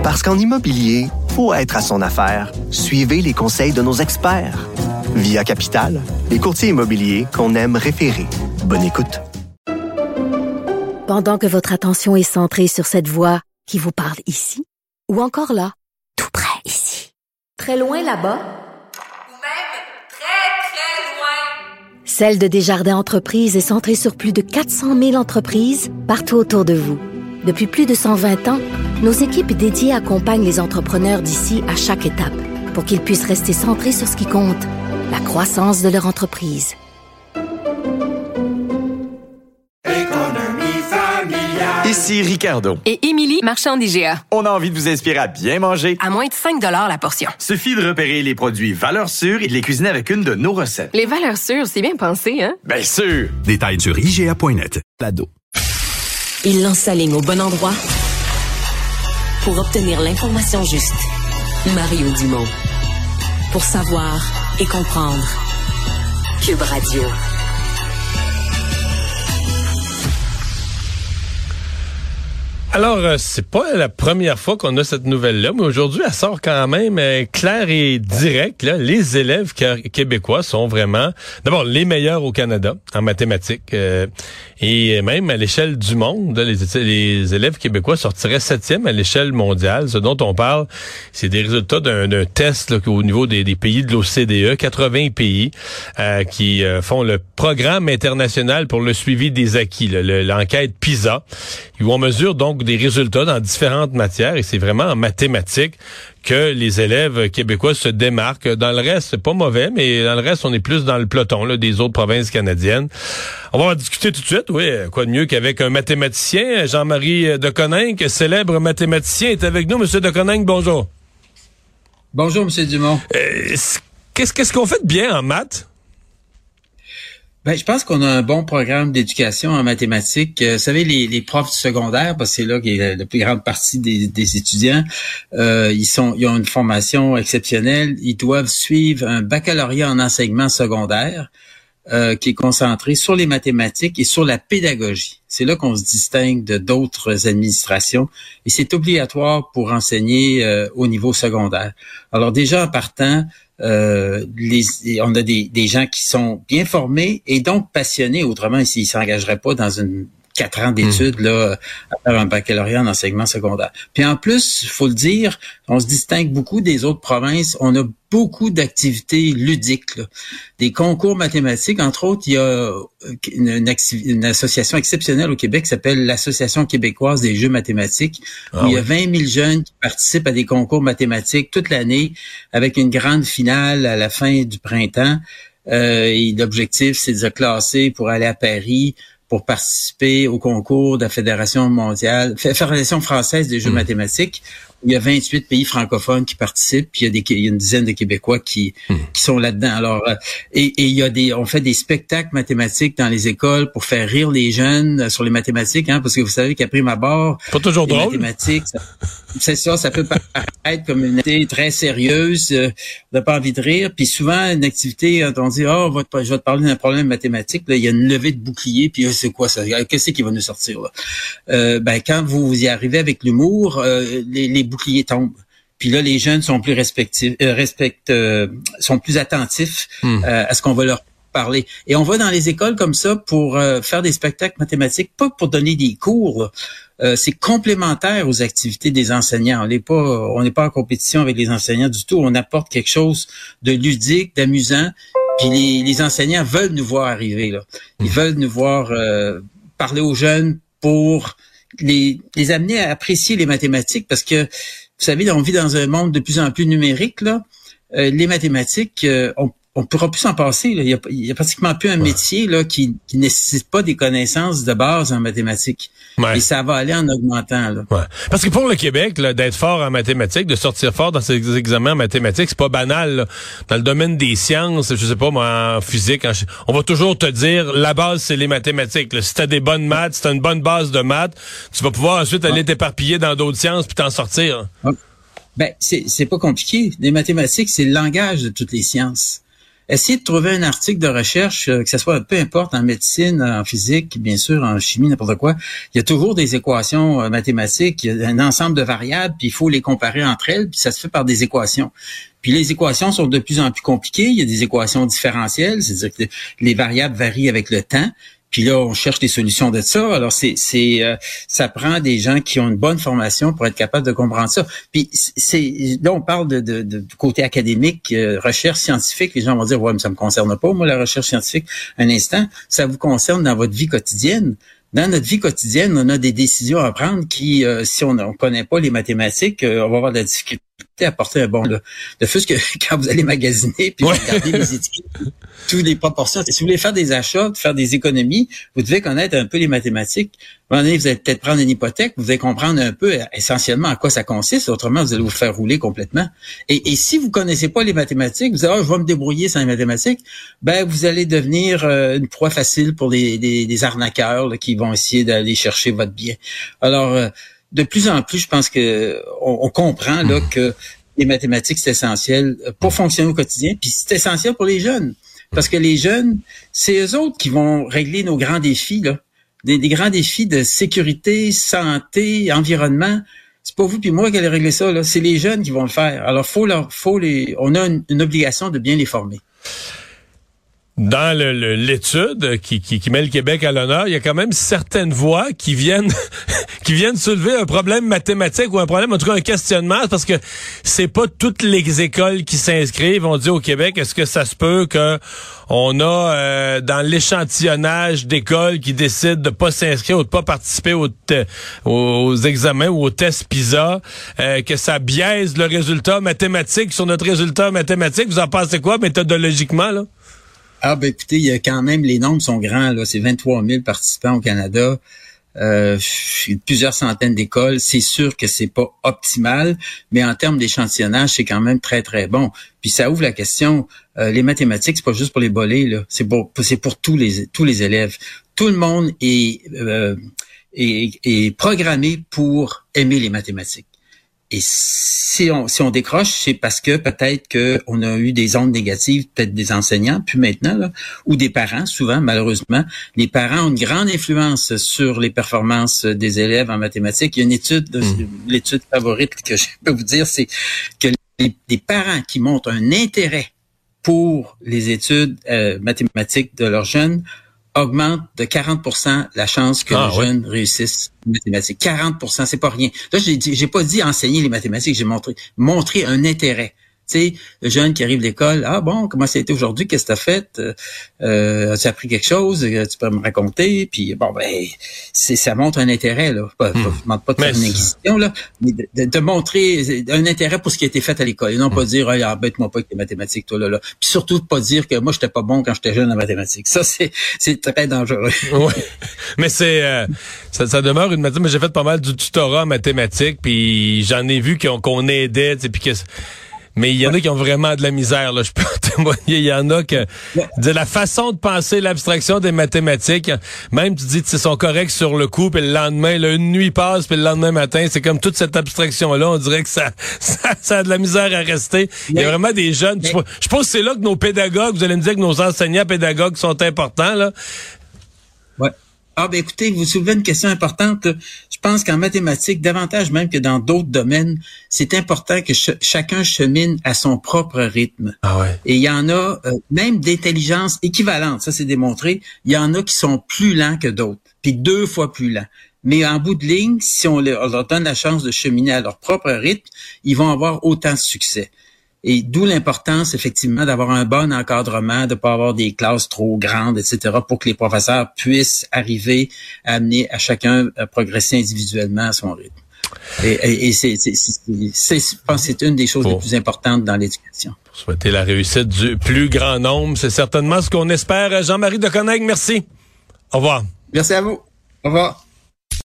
Parce qu'en immobilier, faut être à son affaire. Suivez les conseils de nos experts. Via Capital, les courtiers immobiliers qu'on aime référer. Bonne écoute. Pendant que votre attention est centrée sur cette voix qui vous parle ici, ou encore là, tout près ici, très loin là-bas, ou même très, très loin, Celle de Desjardins Entreprises est centrée sur plus de 400 000 entreprises partout autour de vous. Depuis plus de 120 ans, nos équipes dédiées accompagnent les entrepreneurs d'ici à chaque étape pour qu'ils puissent rester centrés sur ce qui compte, la croissance de leur entreprise. Ici Ricardo. Et Émilie, marchand d'IGA. On a envie de vous inspirer à bien manger. À moins de 5 $ la portion. Suffit de repérer les produits valeurs sûres et de les cuisiner avec une de nos recettes. Les valeurs sûres, c'est bien pensé, hein? Bien sûr! Détails sur IGA.net. L'ado. Il lance sa ligne au bon endroit pour obtenir l'information juste. Mario Dumont. Pour savoir et comprendre. Cube Radio. Alors, c'est pas la première fois qu'on a cette nouvelle-là, mais aujourd'hui, elle sort quand même claire et directe. Là. Les élèves québécois sont vraiment, d'abord, les meilleurs au Canada en mathématiques. Et même à l'échelle du monde, les élèves québécois sortiraient 7e à l'échelle mondiale. Ce dont on parle, c'est des résultats d'un test là, au niveau des pays de l'OCDE, 80 pays qui font le programme international pour le suivi des acquis, l'enquête PISA, où on mesure donc des résultats dans différentes matières, et c'est vraiment en mathématiques que les élèves québécois se démarquent. Dans le reste, c'est pas mauvais, mais dans le reste, on est plus dans le peloton là, des autres provinces canadiennes. On va en discuter tout de suite, oui, quoi de mieux qu'avec un mathématicien, Jean-Marie Deconinck, célèbre mathématicien, est avec nous. Monsieur Deconinck, bonjour. Bonjour, Monsieur Dumont. Qu'est-ce qu'on fait de bien en maths? Ben, je pense qu'on a un bon programme d'éducation en mathématiques. Vous savez, les profs du secondaire, parce que c'est là qu'est la plus grande partie des étudiants, ils ont une formation exceptionnelle. Ils doivent suivre un baccalauréat en enseignement secondaire qui est concentré sur les mathématiques et sur la pédagogie. C'est là qu'on se distingue de d'autres administrations et c'est obligatoire pour enseigner au niveau secondaire. Alors déjà en partant, on a des gens qui sont bien formés et donc passionnés. Autrement, s'ils s'engageraient pas dans une 4 ans d'études là à faire un baccalauréat en enseignement secondaire. Puis en plus, faut le dire, on se distingue beaucoup des autres provinces. On a beaucoup d'activités ludiques, là. Des concours mathématiques. Entre autres, il y a une association exceptionnelle au Québec qui s'appelle l'Association québécoise des jeux mathématiques, où il y a 20 000 jeunes qui participent à des concours mathématiques toute l'année, avec une grande finale à la fin du printemps. Et l'objectif, c'est de se classer pour aller à Paris, pour participer au concours de la Fédération mondiale, Fédération française des jeux mathématiques, où il y a 28 pays francophones qui participent, puis il y a une dizaine de Québécois qui sont là-dedans. Alors, et il y a on fait des spectacles mathématiques dans les écoles pour faire rire les jeunes sur les mathématiques, hein, parce que vous savez qu'à prime abord, pas toujours les drôle. Mathématiques, ça peut paraître comme une activité très sérieuse, on n'a pas envie de rire, puis souvent une activité, quand on dit je vais te parler d'un problème mathématique, là, il y a une levée de bouclier, puis c'est quoi ça? Qu'est-ce qui va nous sortir là? Quand vous y arrivez avec l'humour, les boucliers tombent. Puis là, les jeunes sont plus sont plus attentifs à ce qu'on va leur parler. Et on va dans les écoles comme ça pour faire des spectacles mathématiques, pas pour donner des cours. C'est complémentaire aux activités des enseignants. On n'est pas en compétition avec les enseignants du tout. On apporte quelque chose de ludique, d'amusant. Puis les enseignants veulent nous voir arriver là. Ils veulent nous voir parler aux jeunes pour les amener à apprécier les mathématiques, parce que vous savez, on vit dans un monde de plus en plus numérique là. Les mathématiques, on pourra plus s'en passer. Là. Il y a pratiquement plus un métier là qui nécessite pas des connaissances de base en mathématiques. Ouais. Et ça va aller en augmentant. Là. Ouais. Parce que pour le Québec, là, d'être fort en mathématiques, de sortir fort dans ses examens en mathématiques, c'est pas banal. Là. Dans le domaine des sciences, je sais pas moi, en physique, on va toujours te dire la base c'est les mathématiques. Là. Si t'as des bonnes maths, si t'as une bonne base de maths, tu vas pouvoir ensuite aller t'éparpiller dans d'autres sciences puis t'en sortir. Ouais. Ben c'est pas compliqué. Les mathématiques, c'est le langage de toutes les sciences. essayez de trouver un article de recherche, que ce soit peu importe en médecine, en physique, bien sûr, en chimie, n'importe quoi. Il y a toujours des équations mathématiques, il y a un ensemble de variables, puis il faut les comparer entre elles, puis ça se fait par des équations. Puis les équations sont de plus en plus compliquées. Il y a des équations différentielles, c'est-à-dire que les variables varient avec le temps. Puis là, on cherche des solutions de ça. Alors, ça prend des gens qui ont une bonne formation pour être capables de comprendre ça. Puis là, on parle du côté académique, recherche scientifique. Les gens vont dire, ouais, mais ça me concerne pas, moi, la recherche scientifique. Un instant, ça vous concerne dans votre vie quotidienne. Dans notre vie quotidienne, on a des décisions à prendre qui, si on ne connaît pas les mathématiques, on va avoir de la difficulté à porter un bon là. De plus que quand vous allez magasiner puis regarder les étiquettes, toutes les proportions. Si vous voulez faire des achats, faire des économies, vous devez connaître un peu les mathématiques. À un moment donné, vous allez peut-être prendre une hypothèque, vous devez comprendre un peu essentiellement à quoi ça consiste. Autrement, vous allez vous faire rouler complètement. Et si vous connaissez pas les mathématiques, vous allez, je vais me débrouiller sans les mathématiques. Ben, vous allez devenir une proie facile pour des arnaqueurs là, qui vont essayer d'aller chercher votre bien. Alors, de plus en plus, je pense que on comprend là que les mathématiques, c'est essentiel pour fonctionner au quotidien, puis c'est essentiel pour les jeunes. Parce que les jeunes, c'est eux autres qui vont régler nos grands défis, là. Des grands défis de sécurité, santé, environnement. C'est pas vous puis moi qui allez régler ça, là. C'est les jeunes qui vont le faire. Alors, on a une obligation de bien les former. Dans l'étude qui met le Québec à l'honneur, il y a quand même certaines voix qui viennent soulever un problème mathématique ou un problème, en tout cas un questionnement, parce que c'est pas toutes les écoles qui s'inscrivent. On dit au Québec, est-ce que ça se peut que on a dans l'échantillonnage d'écoles qui décident de pas s'inscrire ou de pas participer aux examens ou aux tests PISA, que ça biaise le résultat mathématique sur notre résultat mathématique? Vous en pensez quoi méthodologiquement, là? Ah, ben écoutez, il y a quand même, les nombres sont grands, là. C'est 23 000 participants au Canada. Plusieurs centaines d'écoles. C'est sûr que c'est pas optimal, mais en termes d'échantillonnage, c'est quand même très, très bon. Puis ça ouvre la question, les mathématiques, c'est pas juste pour les bolés, là. C'est pour tous les élèves. Tout le monde est programmé pour aimer les mathématiques. Et si on décroche, c'est parce que peut-être qu'on a eu des ondes négatives, peut-être des enseignants, puis maintenant, là, ou des parents, souvent, malheureusement. Les parents ont une grande influence sur les performances des élèves en mathématiques. Il y a une étude, l'étude favorite que je peux vous dire, c'est que les parents qui montrent un intérêt pour les études mathématiques de leurs jeunes augmente de 40% la chance que les jeunes réussissent en mathématiques. 40%, c'est pas rien. Là, j'ai pas dit enseigner les mathématiques, j'ai montré un intérêt. Tu sais, le jeune qui arrive de l'école, ah bon, comment ça a été aujourd'hui, qu'est-ce que t'as fait? As-tu appris quelque chose? Tu peux me raconter? Puis bon, ben, ça montre un intérêt, là. Je demande pas de faire une inquisition, là, mais de montrer un intérêt pour ce qui a été fait à l'école. Et non pas dire, ah, embête-moi pas avec les mathématiques, toi, là. Puis surtout pas dire que moi, j'étais pas bon quand j'étais jeune en mathématiques. Ça, c'est très dangereux. Oui. Mais ça demeure une matière. Mais j'ai fait pas mal du tutorat en mathématiques, puis j'en ai vu qu'on aidait, tu sais, puis que mais il y en a qui ont vraiment de la misère, là. Je peux en témoigner. Il y en a que la façon de penser l'abstraction des mathématiques, même tu dis qu'ils sont corrects sur le coup, puis le lendemain, là, une nuit passe, puis le lendemain matin, c'est comme toute cette abstraction-là. On dirait que ça a de la misère à rester. Il y a vraiment des jeunes. Je pense que c'est là que nos pédagogues, vous allez me dire que nos enseignants pédagogues sont importants, là. Ouais. Ah, ben écoutez, vous soulevez une question importante. Je pense qu'en mathématiques, davantage même que dans d'autres domaines, c'est important que chacun chemine à son propre rythme. Ah ouais. Et il y en a même d'intelligence équivalente, ça c'est démontré. Il y en a qui sont plus lents que d'autres, puis 2 fois plus lents. Mais en bout de ligne, si on leur donne la chance de cheminer à leur propre rythme, ils vont avoir autant de succès. Et d'où l'importance, effectivement, d'avoir un bon encadrement, de pas avoir des classes trop grandes, etc., pour que les professeurs puissent arriver à amener à chacun à progresser individuellement à son rythme. Et je pense que c'est une des choses les plus importantes dans l'éducation. Pour souhaiter la réussite du plus grand nombre, c'est certainement ce qu'on espère. Jean-Marie Deconinck, merci. Au revoir. Merci à vous. Au revoir.